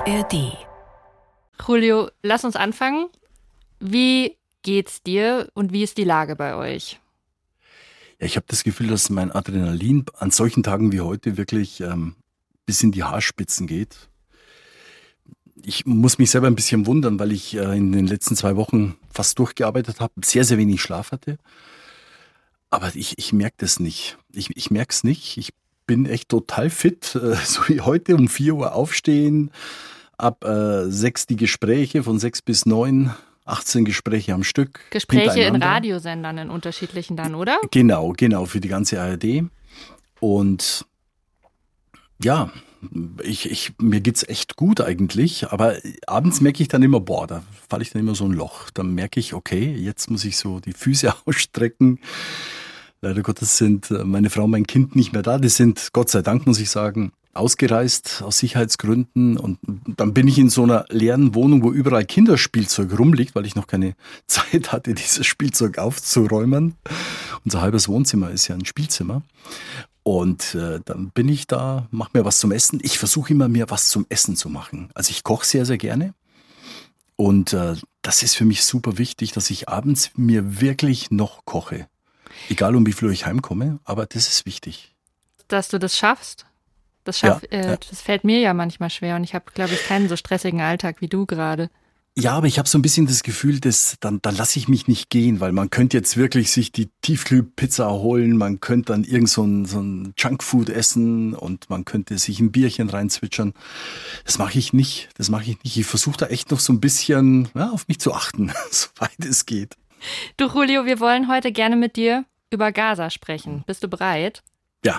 ARD. Julio, lass uns anfangen. Wie geht's dir und wie ist die Lage bei euch? Ja, ich habe das Gefühl, dass mein Adrenalin an solchen Tagen wie heute wirklich bis in die Haarspitzen geht. Ich muss mich selber ein bisschen wundern, weil ich in den letzten 2 Wochen fast durchgearbeitet habe, sehr, sehr wenig Schlaf hatte. Aber ich merke das nicht. Ich merke es nicht. Ich bin echt total fit, so wie heute um 4 Uhr aufstehen, ab 6 die Gespräche, von 6 bis 9, 18 Gespräche am Stück. Gespräche in Radiosendern, in unterschiedlichen dann, oder? Genau, für die ganze ARD. Und ja, mir geht's echt gut eigentlich, aber abends merke ich dann immer, da falle ich dann immer so ein Loch. Dann merke ich, okay, jetzt muss ich so die Füße ausstrecken. Leider Gottes sind meine Frau und mein Kind nicht mehr da. Die sind, Gott sei Dank, muss ich sagen, ausgereist aus Sicherheitsgründen. Und dann bin ich in so einer leeren Wohnung, wo überall Kinderspielzeug rumliegt, weil ich noch keine Zeit hatte, dieses Spielzeug aufzuräumen. Unser halbes Wohnzimmer ist ja ein Spielzimmer. Und dann bin ich da, mache mir was zum Essen. Ich versuche immer, mir was zum Essen zu machen. Also ich koche sehr, sehr gerne. Und das ist für mich super wichtig, dass ich abends mir wirklich noch koche. Egal, um wie viel ich heimkomme, aber das ist wichtig. Dass du das schaffst? Das fällt mir ja manchmal schwer und ich habe, glaube ich, keinen so stressigen Alltag wie du gerade. Ja, aber ich habe so ein bisschen das Gefühl, dass dann lasse ich mich nicht gehen, weil man könnte jetzt wirklich sich die Tiefkühlpizza holen, man könnte dann irgend so ein Junkfood essen und man könnte sich ein Bierchen reinzwitschern. Das mache ich nicht. Ich versuche da echt noch so ein bisschen auf mich zu achten, soweit es geht. Du, Julio, wir wollen heute gerne mit dir über Gaza sprechen. Bist du bereit? Ja.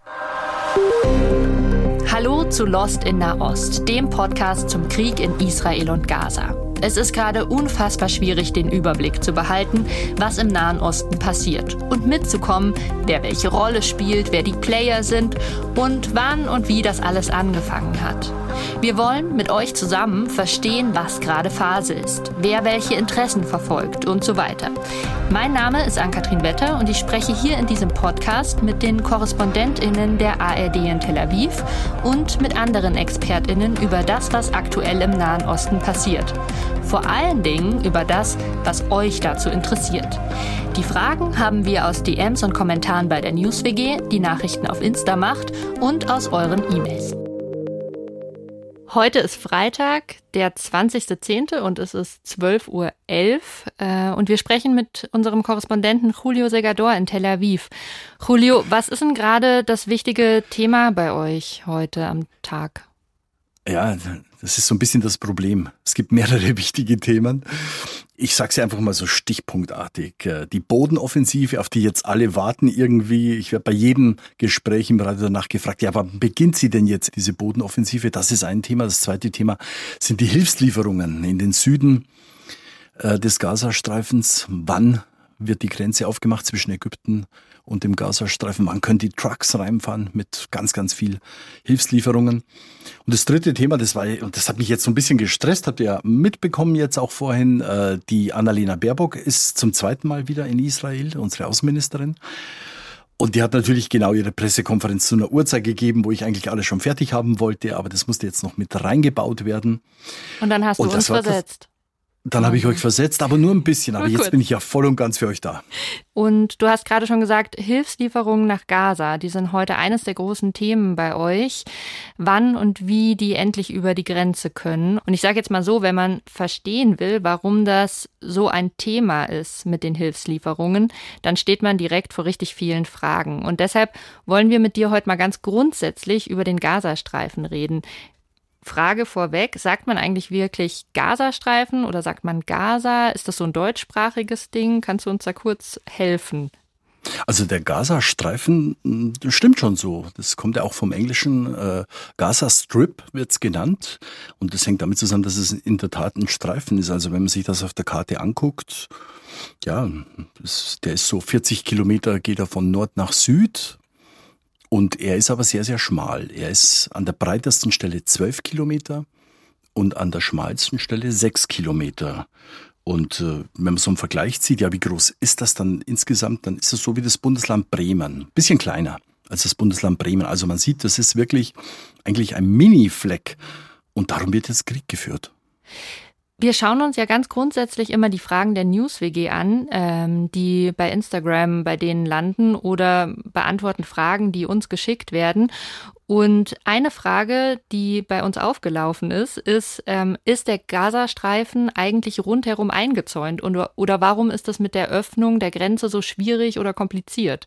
Hallo zu Lost in Nahost, dem Podcast zum Krieg in Israel und Gaza. Es ist gerade unfassbar schwierig, den Überblick zu behalten, was im Nahen Osten passiert und mitzukommen, wer welche Rolle spielt, wer die Player sind und wann und wie das alles angefangen hat. Wir wollen mit euch zusammen verstehen, was gerade Phase ist, wer welche Interessen verfolgt und so weiter. Mein Name ist Ann-Kathrin Wetter und ich spreche hier in diesem Podcast mit den KorrespondentInnen der ARD in Tel Aviv und mit anderen ExpertInnen über das, was aktuell im Nahen Osten passiert. Vor allen Dingen über das, was euch dazu interessiert. Die Fragen haben wir aus DMs und Kommentaren bei der NewsWG, die Nachrichten auf Insta macht und aus euren E-Mails. Heute ist Freitag, der 20.10. und es ist 12.11 Uhr und wir sprechen mit unserem Korrespondenten Julio Segador in Tel Aviv. Julio, was ist denn gerade das wichtige Thema bei euch heute am Tag? Ja, das ist so ein bisschen das Problem. Es gibt mehrere wichtige Themen. Ich sage es ja einfach mal so stichpunktartig. Die Bodenoffensive, auf die jetzt alle warten irgendwie. Ich werde bei jedem Gespräch im Radio danach gefragt, ja, wann beginnt sie denn jetzt, diese Bodenoffensive? Das ist ein Thema. Das zweite Thema sind die Hilfslieferungen in den Süden des Gazastreifens. Wann wird die Grenze aufgemacht zwischen Ägypten und dem Gazastreifen? Wann können die Trucks reinfahren mit ganz, ganz viel Hilfslieferungen? Und das dritte Thema, das hat mich jetzt so ein bisschen gestresst, habt ihr ja mitbekommen jetzt auch vorhin, die Annalena Baerbock ist zum 2. Mal wieder in Israel, unsere Außenministerin. Und die hat natürlich genau ihre Pressekonferenz zu einer Uhrzeit gegeben, wo ich eigentlich alles schon fertig haben wollte, aber das musste jetzt noch mit reingebaut werden. Und dann hast du uns versetzt. Dann habe ich euch versetzt, aber nur ein bisschen. Aber jetzt bin ich ja voll und ganz für euch da. Und du hast gerade schon gesagt, Hilfslieferungen nach Gaza, die sind heute eines der großen Themen bei euch. Wann und wie die endlich über die Grenze können. Und ich sage jetzt mal so, wenn man verstehen will, warum das so ein Thema ist mit den Hilfslieferungen, dann steht man direkt vor richtig vielen Fragen. Und deshalb wollen wir mit dir heute mal ganz grundsätzlich über den Gazastreifen reden. Frage vorweg, sagt man eigentlich wirklich Gazastreifen oder sagt man Gaza? Ist das so ein deutschsprachiges Ding? Kannst du uns da kurz helfen? Also der Gazastreifen, das stimmt schon so. Das kommt ja auch vom Englischen. Gaza Strip wird's genannt. Und das hängt damit zusammen, dass es in der Tat ein Streifen ist. Also wenn man sich das auf der Karte anguckt, ja, der ist so 40 Kilometer, geht er von Nord nach Süd. Und er ist aber sehr, sehr schmal. Er ist an der breitesten Stelle 12 Kilometer und an der schmalsten Stelle 6 Kilometer. Und wenn man so einen Vergleich zieht, ja, wie groß ist das dann insgesamt? Dann ist es so wie das Bundesland Bremen. Bisschen kleiner als das Bundesland Bremen. Also man sieht, das ist wirklich eigentlich ein Mini-Fleck Und darum wird jetzt Krieg geführt. Wir schauen uns ja ganz grundsätzlich immer die Fragen der News-WG an, die bei Instagram bei denen landen oder beantworten Fragen, die uns geschickt werden. Und eine Frage, die bei uns aufgelaufen ist der Gazastreifen eigentlich rundherum eingezäunt? Oder warum ist das mit der Öffnung der Grenze so schwierig oder kompliziert?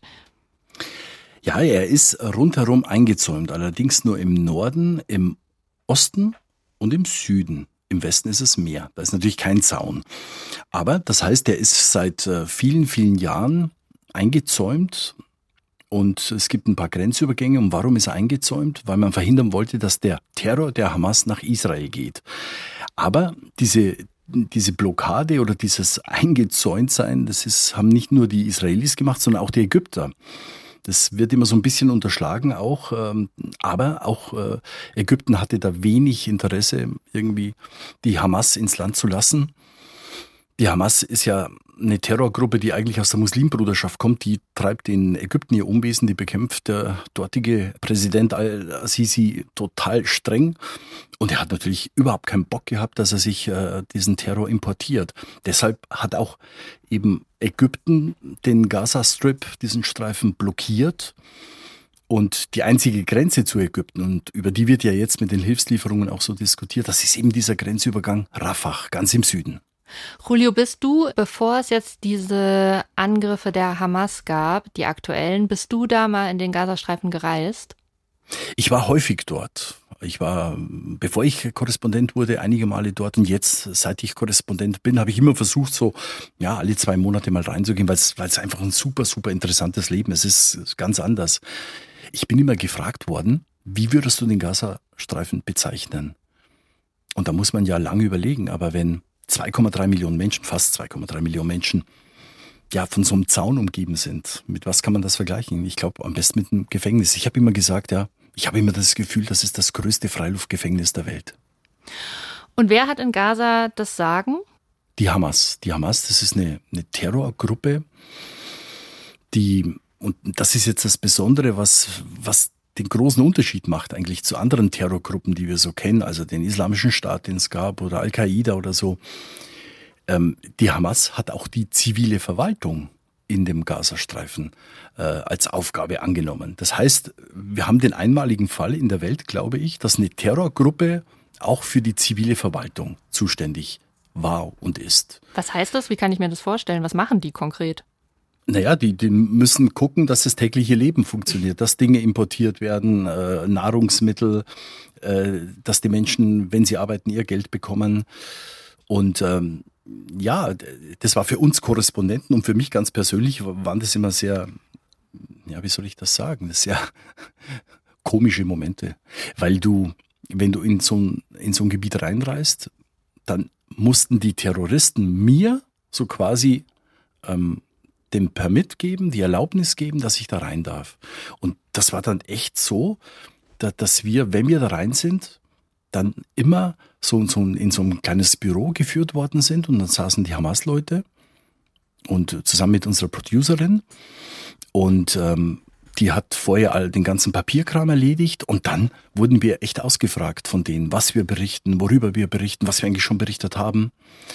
Ja, er ist rundherum eingezäunt, allerdings nur im Norden, im Osten und im Süden. Im Westen ist es Meer, da ist natürlich kein Zaun. Aber das heißt, der ist seit vielen, vielen Jahren eingezäumt und es gibt ein paar Grenzübergänge. Und warum ist er eingezäumt? Weil man verhindern wollte, dass der Terror der Hamas nach Israel geht. Aber diese Blockade oder dieses Eingezäuntsein, haben nicht nur die Israelis gemacht, sondern auch die Ägypter. Das wird immer so ein bisschen unterschlagen auch, aber auch Ägypten hatte da wenig Interesse, irgendwie die Hamas ins Land zu lassen. Die Hamas ist ja eine Terrorgruppe, die eigentlich aus der Muslimbruderschaft kommt. Die treibt in Ägypten ihr Unwesen, die bekämpft der dortige Präsident al-Sisi total streng. Und er hat natürlich überhaupt keinen Bock gehabt, dass er sich diesen Terror importiert. Deshalb hat auch eben Ägypten den Gaza-Strip, diesen Streifen, blockiert. Und die einzige Grenze zu Ägypten, und über die wird ja jetzt mit den Hilfslieferungen auch so diskutiert, das ist eben dieser Grenzübergang Rafah, ganz im Süden. Julio, bist du, bevor es jetzt diese Angriffe der Hamas gab, die aktuellen, bist du da mal in den Gazastreifen gereist? Ich war häufig dort. Ich war, bevor ich Korrespondent wurde, einige Male dort. Und jetzt, seit ich Korrespondent bin, habe ich immer versucht, so alle 2 Monate mal reinzugehen, weil es einfach ein super, super interessantes Leben ist. Es ist ganz anders. Ich bin immer gefragt worden, wie würdest du den Gazastreifen bezeichnen? Und da muss man ja lange überlegen. Aber wenn 2,3 Millionen Menschen, fast 2,3 Millionen Menschen, ja, von so einem Zaun umgeben sind. Mit was kann man das vergleichen? Ich glaube, am besten mit einem Gefängnis. Ich habe immer gesagt, ich habe immer das Gefühl, das ist das größte Freiluftgefängnis der Welt. Und wer hat in Gaza das Sagen? Die Hamas. Die Hamas, das ist eine Terrorgruppe, und das ist jetzt das Besondere, was den großen Unterschied macht eigentlich zu anderen Terrorgruppen, die wir so kennen, also den Islamischen Staat, den es gab, oder Al-Qaida oder so. Die Hamas hat auch die zivile Verwaltung in dem Gazastreifen als Aufgabe angenommen. Das heißt, wir haben den einmaligen Fall in der Welt, glaube ich, dass eine Terrorgruppe auch für die zivile Verwaltung zuständig war und ist. Was heißt das? Wie kann ich mir das vorstellen? Was machen die konkret? Naja, die müssen gucken, dass das tägliche Leben funktioniert, dass Dinge importiert werden, Nahrungsmittel, dass die Menschen, wenn sie arbeiten, ihr Geld bekommen. Und das war für uns Korrespondenten und für mich ganz persönlich waren das immer sehr, wie soll ich das sagen, sehr komische Momente. Weil wenn du in so ein Gebiet reinreist, dann mussten die Terroristen mir so quasi den Permit geben, die Erlaubnis geben, dass ich da rein darf. Und das war dann echt so, dass wir, wenn wir da rein sind, dann immer in so ein kleines Büro geführt worden sind und dann saßen die Hamas-Leute und zusammen mit unserer Producerin und die hat vorher all den ganzen Papierkram erledigt und dann wurden wir echt ausgefragt von denen, was wir berichten, worüber wir berichten, was wir eigentlich schon berichtet haben.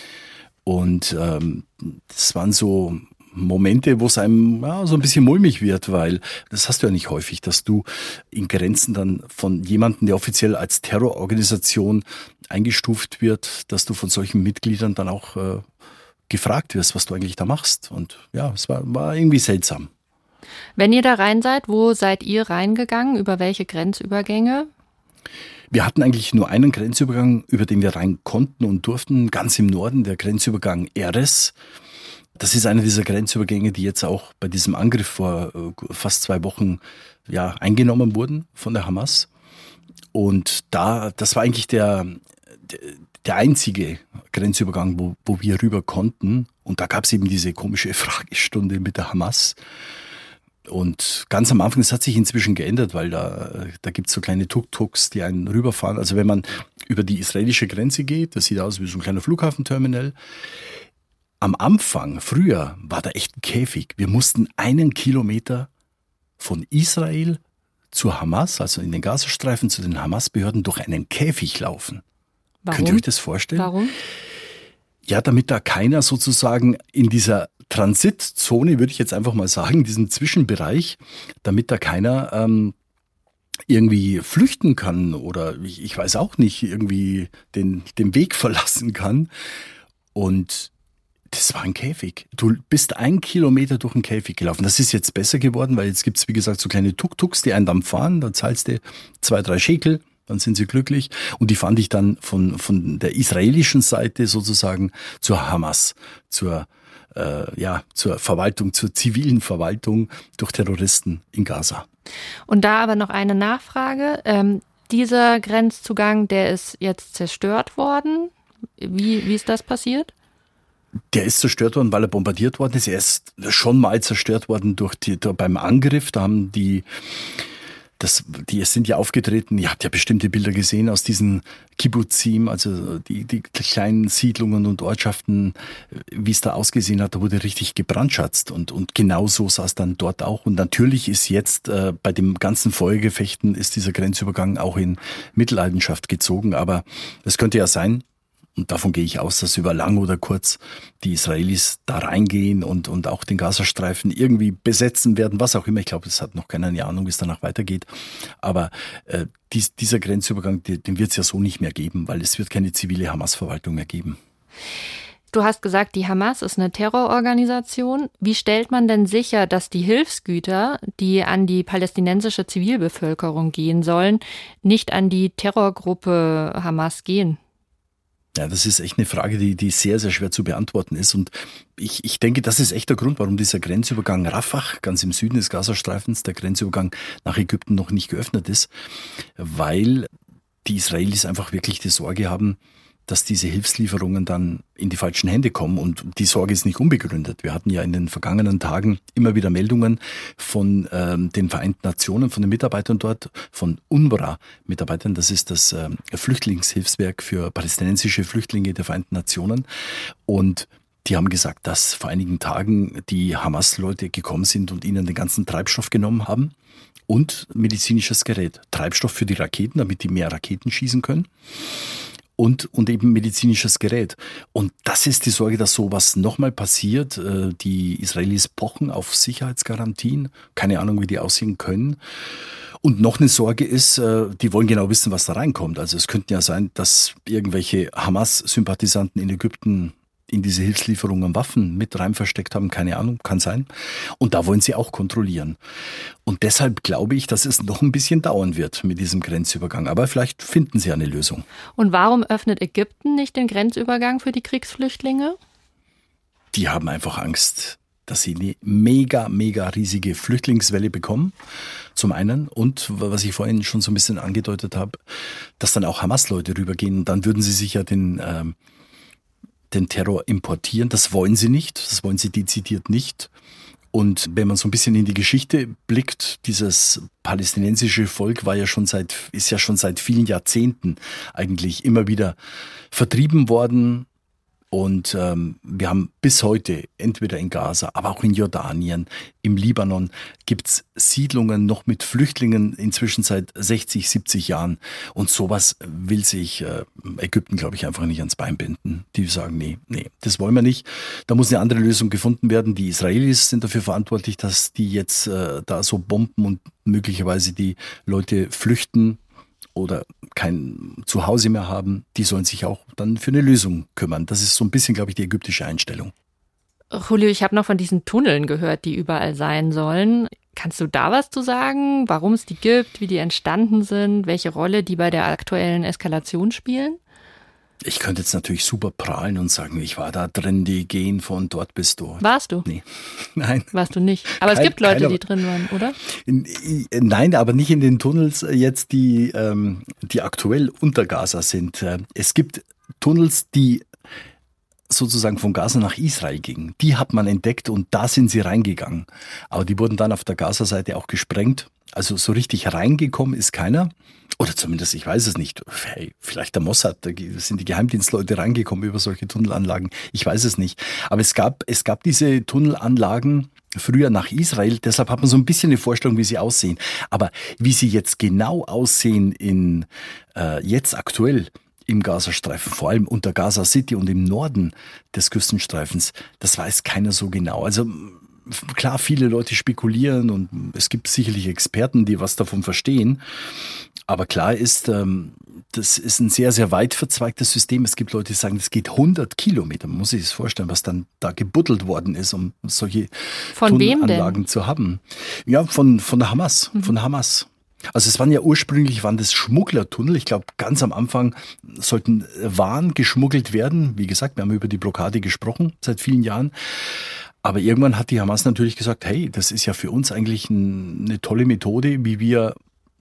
Und das waren so Momente, wo es einem so ein bisschen mulmig wird, weil das hast du ja nicht häufig, dass du in Grenzen dann von jemandem, der offiziell als Terrororganisation eingestuft wird, dass du von solchen Mitgliedern dann auch gefragt wirst, was du eigentlich da machst. Und ja, es war irgendwie seltsam. Wenn ihr da rein seid, wo seid ihr reingegangen? Über welche Grenzübergänge? Wir hatten eigentlich nur einen Grenzübergang, über den wir rein konnten und durften, ganz im Norden, der Grenzübergang Erez. Das ist einer dieser Grenzübergänge, die jetzt auch bei diesem Angriff vor fast 2 Wochen eingenommen wurden von der Hamas. Und das war eigentlich der einzige Grenzübergang, wo wir rüber konnten. Und da gab es eben diese komische Fragestunde mit der Hamas. Und ganz am Anfang, das hat sich inzwischen geändert, weil da gibt es so kleine Tuk-Tuks, die einen rüberfahren. Also wenn man über die israelische Grenze geht, das sieht aus wie so ein kleiner Flughafenterminal. Am Anfang, früher, war da echt ein Käfig. Wir mussten 1 Kilometer von Israel zur Hamas, also in den Gazastreifen, zu den Hamas-Behörden durch einen Käfig laufen. Warum? Könnt ihr euch das vorstellen? Warum? Ja, damit da keiner sozusagen in dieser Transitzone, würde ich jetzt einfach mal sagen, in diesem Zwischenbereich, damit da keiner irgendwie flüchten kann oder ich weiß auch nicht, irgendwie den Weg verlassen kann. Und das war ein Käfig. Du bist 1 Kilometer durch einen Käfig gelaufen. Das ist jetzt besser geworden, weil jetzt gibt's wie gesagt, so kleine Tuk-Tuks, die einen dann fahren. Da zahlst du 2-3 Schekel, dann sind sie glücklich. Und die fahren dich dann von der israelischen Seite sozusagen zur Hamas, zur Verwaltung, zur zivilen Verwaltung durch Terroristen in Gaza. Und da aber noch eine Nachfrage. Dieser Grenzzugang, der ist jetzt zerstört worden. Wie ist das passiert? Der ist zerstört worden, weil er bombardiert worden ist. Er ist schon mal zerstört worden beim Angriff. Da haben die sind ja aufgetreten. Ihr habt ja bestimmte Bilder gesehen aus diesen Kibbutzim, also die kleinen Siedlungen und Ortschaften, wie es da ausgesehen hat. Da wurde richtig gebrandschatzt und genau so sah es dann dort auch. Und natürlich ist jetzt bei dem ganzen Feuergefechten ist dieser Grenzübergang auch in Mitleidenschaft gezogen. Aber es könnte ja sein, und davon gehe ich aus, dass über lang oder kurz die Israelis da reingehen und auch den Gazastreifen irgendwie besetzen werden, was auch immer. Ich glaube, es hat noch keiner eine Ahnung, wie es danach weitergeht. Aber dieser Grenzübergang, den wird es ja so nicht mehr geben, weil es wird keine zivile Hamas-Verwaltung mehr geben. Du hast gesagt, die Hamas ist eine Terrororganisation. Wie stellt man denn sicher, dass die Hilfsgüter, die an die palästinensische Zivilbevölkerung gehen sollen, nicht an die Terrorgruppe Hamas gehen? Ja, das ist echt eine Frage, die sehr, sehr schwer zu beantworten ist. Und ich denke, das ist echt der Grund, warum dieser Grenzübergang Rafah, ganz im Süden des Gazastreifens, der Grenzübergang nach Ägypten noch nicht geöffnet ist, weil die Israelis einfach wirklich die Sorge haben, dass diese Hilfslieferungen dann in die falschen Hände kommen. Und die Sorge ist nicht unbegründet. Wir hatten ja in den vergangenen Tagen immer wieder Meldungen von den Vereinten Nationen, von den Mitarbeitern dort, von UNRWA-Mitarbeitern. Das ist das Flüchtlingshilfswerk für palästinensische Flüchtlinge der Vereinten Nationen. Und die haben gesagt, dass vor einigen Tagen die Hamas-Leute gekommen sind und ihnen den ganzen Treibstoff genommen haben und medizinisches Gerät. Treibstoff für die Raketen, damit die mehr Raketen schießen können. Und eben medizinisches Gerät. Und das ist die Sorge, dass sowas nochmal passiert. Die Israelis pochen auf Sicherheitsgarantien. Keine Ahnung, wie die aussehen können. Und noch eine Sorge ist, die wollen genau wissen, was da reinkommt. Also es könnte ja sein, dass irgendwelche Hamas-Sympathisanten in Ägypten in diese Hilfslieferungen Waffen mit rein versteckt haben, keine Ahnung, kann sein. Und da wollen sie auch kontrollieren. Und deshalb glaube ich, dass es noch ein bisschen dauern wird mit diesem Grenzübergang. Aber vielleicht finden sie eine Lösung. Und warum öffnet Ägypten nicht den Grenzübergang für die Kriegsflüchtlinge? Die haben einfach Angst, dass sie eine mega riesige Flüchtlingswelle bekommen, zum einen. Und was ich vorhin schon so ein bisschen angedeutet habe, dass dann auch Hamas-Leute rübergehen. Und dann würden sie sich ja den Terror importieren. Das wollen sie nicht. Das wollen sie dezidiert nicht. Und wenn man so ein bisschen in die Geschichte blickt, dieses palästinensische Volk ist ja schon seit vielen Jahrzehnten eigentlich immer wieder vertrieben worden. Und wir haben bis heute, entweder in Gaza, aber auch in Jordanien, im Libanon, gibt's Siedlungen noch mit Flüchtlingen inzwischen seit 60, 70 Jahren. Und sowas will sich Ägypten, glaube ich, einfach nicht ans Bein binden. Die sagen, nee, das wollen wir nicht. Da muss eine andere Lösung gefunden werden. Die Israelis sind dafür verantwortlich, dass die jetzt da so bomben und möglicherweise die Leute flüchten oder kein Zuhause mehr haben, die sollen sich auch dann für eine Lösung kümmern. Das ist so ein bisschen, glaube ich, die ägyptische Einstellung. Julio, ich habe noch von diesen Tunneln gehört, die überall sein sollen. Kannst du da was zu sagen, warum es die gibt, wie die entstanden sind, welche Rolle die bei der aktuellen Eskalation spielen? Ich könnte jetzt natürlich super prahlen und sagen, ich war da drin, die gehen von dort bis dort. Warst du? Nee. Nein. Warst du nicht? Aber es gibt Leute, die drin waren, oder? Nein, aber nicht in den Tunnels jetzt, die aktuell unter Gaza sind. Es gibt Tunnels, die sozusagen von Gaza nach Israel gingen. Die hat man entdeckt und da sind sie reingegangen. Aber die wurden dann auf der Gaza-Seite auch gesprengt. Also so richtig reingekommen ist keiner. Oder zumindest, ich weiß es nicht. Hey, vielleicht der Mossad, da sind die Geheimdienstleute reingekommen über solche Tunnelanlagen. Ich weiß es nicht. Aber es gab diese Tunnelanlagen früher nach Israel. Deshalb hat man so ein bisschen eine Vorstellung, wie sie aussehen. Aber wie sie jetzt genau aussehen jetzt aktuell im Gazastreifen, vor allem unter Gaza City und im Norden des Küstenstreifens, das weiß keiner so genau. Also klar, viele Leute spekulieren und es gibt sicherlich Experten, die was davon verstehen. Aber klar ist, das ist ein sehr, sehr weit verzweigtes System. Es gibt Leute, die sagen, das geht 100 Kilometer. Man muss sich das vorstellen, was dann da gebuddelt worden ist, um solche Tunnelanlagen zu haben. Ja, von der Hamas. Von Hamas. Also es waren das Schmugglertunnel. Ich glaube, ganz am Anfang sollten Waren geschmuggelt werden. Wie gesagt, wir haben über die Blockade gesprochen seit vielen Jahren. Aber irgendwann hat die Hamas natürlich gesagt, hey, das ist ja für uns eigentlich eine tolle Methode, wie wir,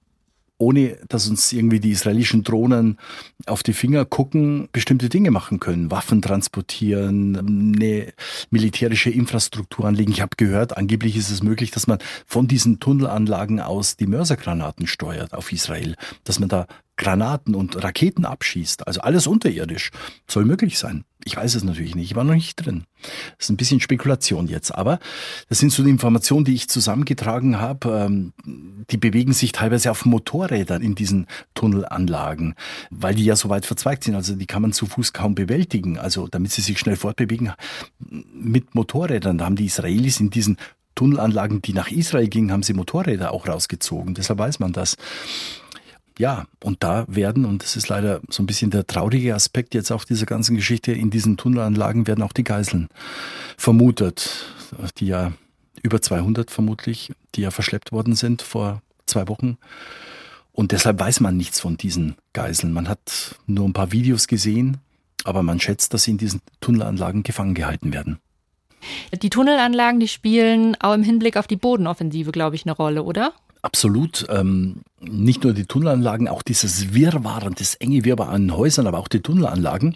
ohne dass uns irgendwie die israelischen Drohnen auf die Finger gucken, bestimmte Dinge machen können. Waffen transportieren, eine militärische Infrastruktur anlegen. Ich habe gehört, angeblich ist es möglich, dass man von diesen Tunnelanlagen aus die Mörsergranaten steuert auf Israel. Dass man da Granaten und Raketen abschießt. Also alles unterirdisch. Soll möglich sein. Ich weiß es natürlich nicht. Ich war noch nicht drin. Das ist ein bisschen Spekulation jetzt. Aber das sind so die Informationen, die ich zusammengetragen habe. Die bewegen sich teilweise auf Motorrädern in diesen Tunnelanlagen, weil die ja so weit verzweigt sind. Also die kann man zu Fuß kaum bewältigen. Also damit sie sich schnell fortbewegen mit Motorrädern. Da haben die Israelis in diesen Tunnelanlagen, die nach Israel gingen, haben sie Motorräder auch rausgezogen. Deshalb weiß man das. Ja, und da werden, und das ist leider so ein bisschen der traurige Aspekt jetzt auch dieser ganzen Geschichte, in diesen Tunnelanlagen werden auch die Geiseln vermutet, die ja über 200 vermutlich, die ja verschleppt worden sind vor 2 Wochen. Und deshalb weiß man nichts von diesen Geiseln. Man hat nur ein paar Videos gesehen, aber man schätzt, dass sie in diesen Tunnelanlagen gefangen gehalten werden. Die Tunnelanlagen, die spielen auch im Hinblick auf die Bodenoffensive, glaube ich, eine Rolle, oder? Absolut. Nicht nur die Tunnelanlagen, auch dieses Wirrwarr und das enge Wirrwarr an Häusern, aber auch die Tunnelanlagen.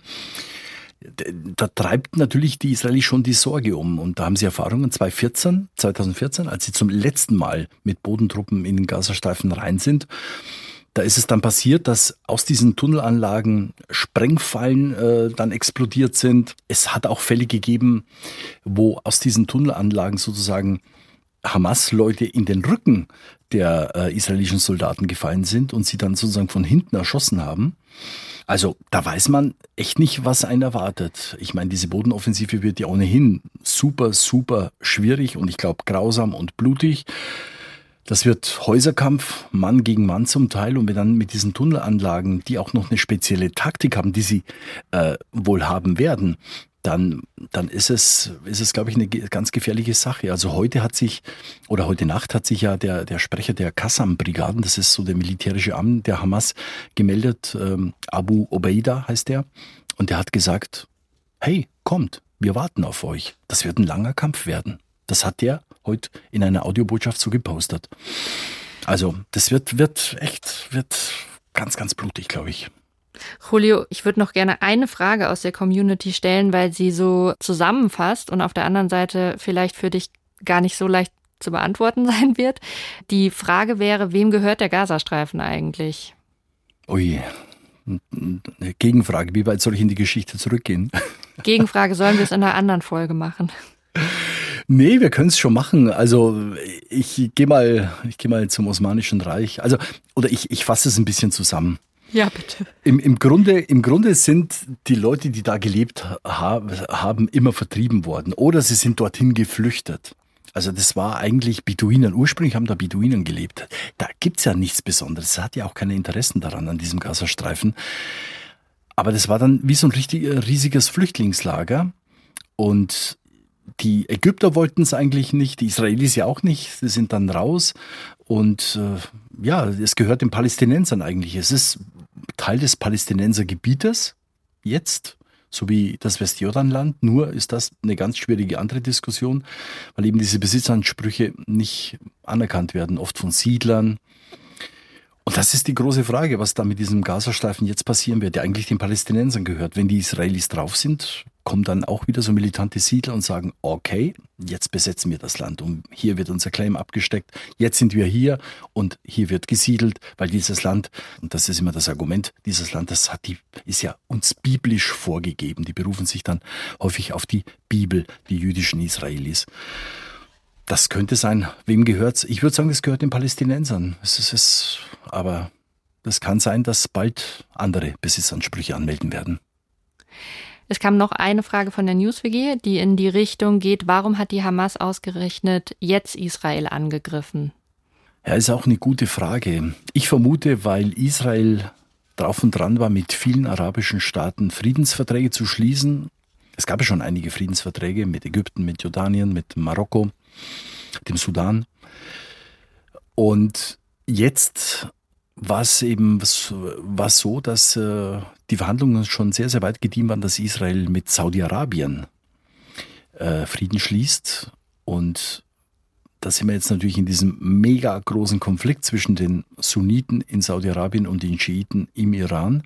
Da treibt natürlich die Israelis schon die Sorge um. Und da haben sie Erfahrungen 2014, als sie zum letzten Mal mit Bodentruppen in den Gazastreifen rein sind. Da ist es dann passiert, dass aus diesen Tunnelanlagen Sprengfallen dann explodiert sind. Es hat auch Fälle gegeben, wo aus diesen Tunnelanlagen sozusagen Hamas-Leute in den Rücken der israelischen Soldaten gefallen sind und sie dann sozusagen von hinten erschossen haben. Also da weiß man echt nicht, was einen erwartet. Ich meine, diese Bodenoffensive wird ja ohnehin super, super schwierig und ich glaube grausam und blutig. Das wird Häuserkampf, Mann gegen Mann zum Teil. Und wenn dann mit diesen Tunnelanlagen, die auch noch eine spezielle Taktik haben, die sie wohl haben werden, dann ist es, glaube ich, eine ganz gefährliche Sache. Also heute Nacht hat sich ja der Sprecher der Qassam-Brigaden, das ist so der militärische Arm der Hamas, gemeldet. Abu Obeida heißt der. Und der hat gesagt, hey, kommt, wir warten auf euch. Das wird ein langer Kampf werden. Das hat der heute in einer Audiobotschaft so gepostet. Also das wird ganz, ganz blutig, glaube ich. Julio, ich würde noch gerne eine Frage aus der Community stellen, weil sie so zusammenfasst und auf der anderen Seite vielleicht für dich gar nicht so leicht zu beantworten sein wird. Die Frage wäre, wem gehört der Gazastreifen eigentlich? Ui, eine Gegenfrage, wie weit soll ich in die Geschichte zurückgehen? Gegenfrage, sollen wir es in einer anderen Folge machen? Nee, wir können es schon machen. Also ich gehe mal zum Osmanischen Reich. Also, oder ich fasse es ein bisschen zusammen. Ja, bitte. Im Grunde sind die Leute, die da gelebt haben, immer vertrieben worden. Oder sie sind dorthin geflüchtet. Also das war eigentlich Beduinen. Ursprünglich haben da Beduinen gelebt. Da gibt's ja nichts Besonderes. Es hat ja auch keine Interessen daran, an diesem Gazastreifen. Aber das war dann wie so ein riesiges Flüchtlingslager. Und die Ägypter wollten es eigentlich nicht, die Israelis ja auch nicht. Sie sind dann raus. Und es gehört den Palästinensern eigentlich. Es ist Teil des Palästinensergebietes jetzt, so wie das Westjordanland. Nur ist das eine ganz schwierige andere Diskussion, weil eben diese Besitzansprüche nicht anerkannt werden, oft von Siedlern. Und das ist die große Frage, was da mit diesem Gazastreifen jetzt passieren wird, der eigentlich den Palästinensern gehört. Wenn die Israelis drauf sind, kommen dann auch wieder so militante Siedler und sagen, okay, jetzt besetzen wir das Land und hier wird unser Claim abgesteckt, jetzt sind wir hier und hier wird gesiedelt, weil dieses Land, und das ist immer das Argument, dieses Land, ist ja uns biblisch vorgegeben. Die berufen sich dann häufig auf die Bibel, die jüdischen Israelis. Das könnte sein. Wem gehört's? Ich würde sagen, das gehört den Palästinensern. Aber es kann sein, dass bald andere Besitzansprüche anmelden werden. Es kam noch eine Frage von der NewsWG, die in die Richtung geht, warum hat die Hamas ausgerechnet jetzt Israel angegriffen? Ja, ist auch eine gute Frage. Ich vermute, weil Israel drauf und dran war, mit vielen arabischen Staaten Friedensverträge zu schließen. Es gab ja schon einige Friedensverträge mit Ägypten, mit Jordanien, mit Marokko, dem Sudan. Und jetzt war es so, dass die Verhandlungen schon sehr, sehr weit gediehen waren, dass Israel mit Saudi-Arabien Frieden schließt. Und da sind wir jetzt natürlich in diesem mega großen Konflikt zwischen den Sunniten in Saudi-Arabien und den Schiiten im Iran.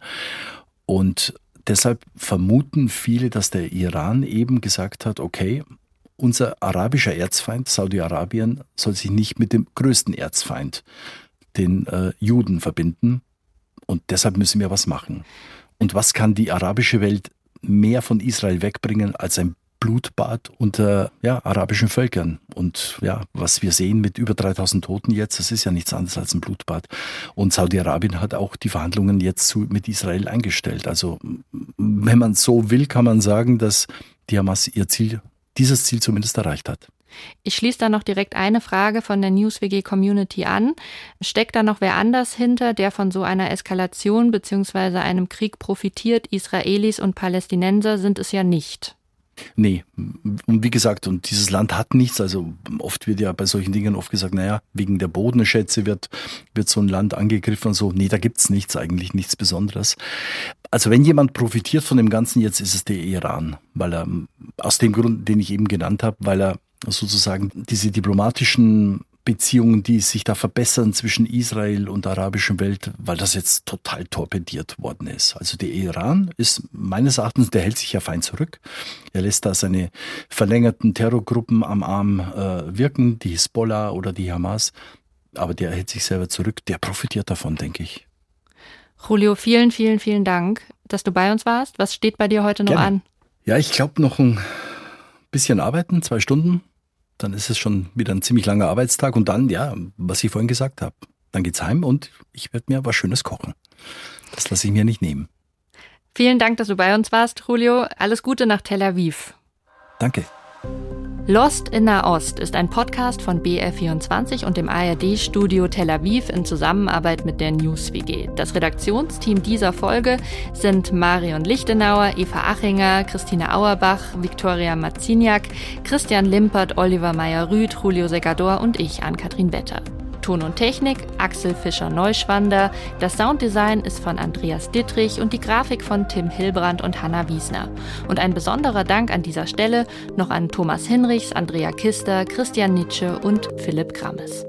Und deshalb vermuten viele, dass der Iran eben gesagt hat, okay, unser arabischer Erzfeind Saudi-Arabien soll sich nicht mit dem größten Erzfeind, den Juden, verbinden. Und deshalb müssen wir was machen. Und was kann die arabische Welt mehr von Israel wegbringen als ein Blutbad unter arabischen Völkern? Und ja, was wir sehen mit über 3000 Toten jetzt, das ist ja nichts anderes als ein Blutbad. Und Saudi-Arabien hat auch die Verhandlungen jetzt mit Israel eingestellt. Also wenn man so will, kann man sagen, dass die Hamas dieses Ziel zumindest erreicht hat. Ich schließe da noch direkt eine Frage von der NewsWG-Community an. Steckt da noch wer anders hinter, der von so einer Eskalation bzw. einem Krieg profitiert? Israelis und Palästinenser sind es ja nicht. Nee, und wie gesagt, und dieses Land hat nichts, also oft wird ja bei solchen Dingen oft gesagt, wegen der Bodenschätze wird so ein Land angegriffen und so. Nee, da gibt's nichts, eigentlich nichts Besonderes. Also wenn jemand profitiert von dem Ganzen jetzt, ist es der Iran, weil er, aus dem Grund, den ich eben genannt habe, weil er sozusagen diese diplomatischen Beziehungen, die sich da verbessern zwischen Israel und der arabischen Welt, weil das jetzt total torpediert worden ist. Also der Iran ist meines Erachtens, der hält sich ja fein zurück. Er lässt da seine verlängerten Terrorgruppen am Arm wirken, die Hisbollah oder die Hamas. Aber der hält sich selber zurück. Der profitiert davon, denke ich. Julio, vielen, vielen, vielen Dank, dass du bei uns warst. Was steht bei dir heute noch an? Ja, ich glaube noch ein bisschen arbeiten, 2 Stunden. Dann ist es schon wieder ein ziemlich langer Arbeitstag und dann, was ich vorhin gesagt habe, dann geht's heim und ich werde mir was Schönes kochen. Das lasse ich mir nicht nehmen. Vielen Dank, dass du bei uns warst, Julio. Alles Gute nach Tel Aviv. Danke. Lost in Nahost ist ein Podcast von BR24 und dem ARD-Studio Tel Aviv in Zusammenarbeit mit der NewsWG. Das Redaktionsteam dieser Folge sind Marion Lichtenauer, Eva Achinger, Christine Auerbach, Viktoria Marciniak, Christian Limpert, Oliver Meyer-Rüth, Julio Segador und ich, Ann-Kathrin Wetter. Ton und Technik Axel Fischer-Neuschwander, das Sounddesign ist von Andreas Dittrich und die Grafik von Tim Hilbrand und Hanna Wiesner. Und ein besonderer Dank an dieser Stelle noch an Thomas Hinrichs, Andrea Kister, Christian Nitsche und Philipp Krammes.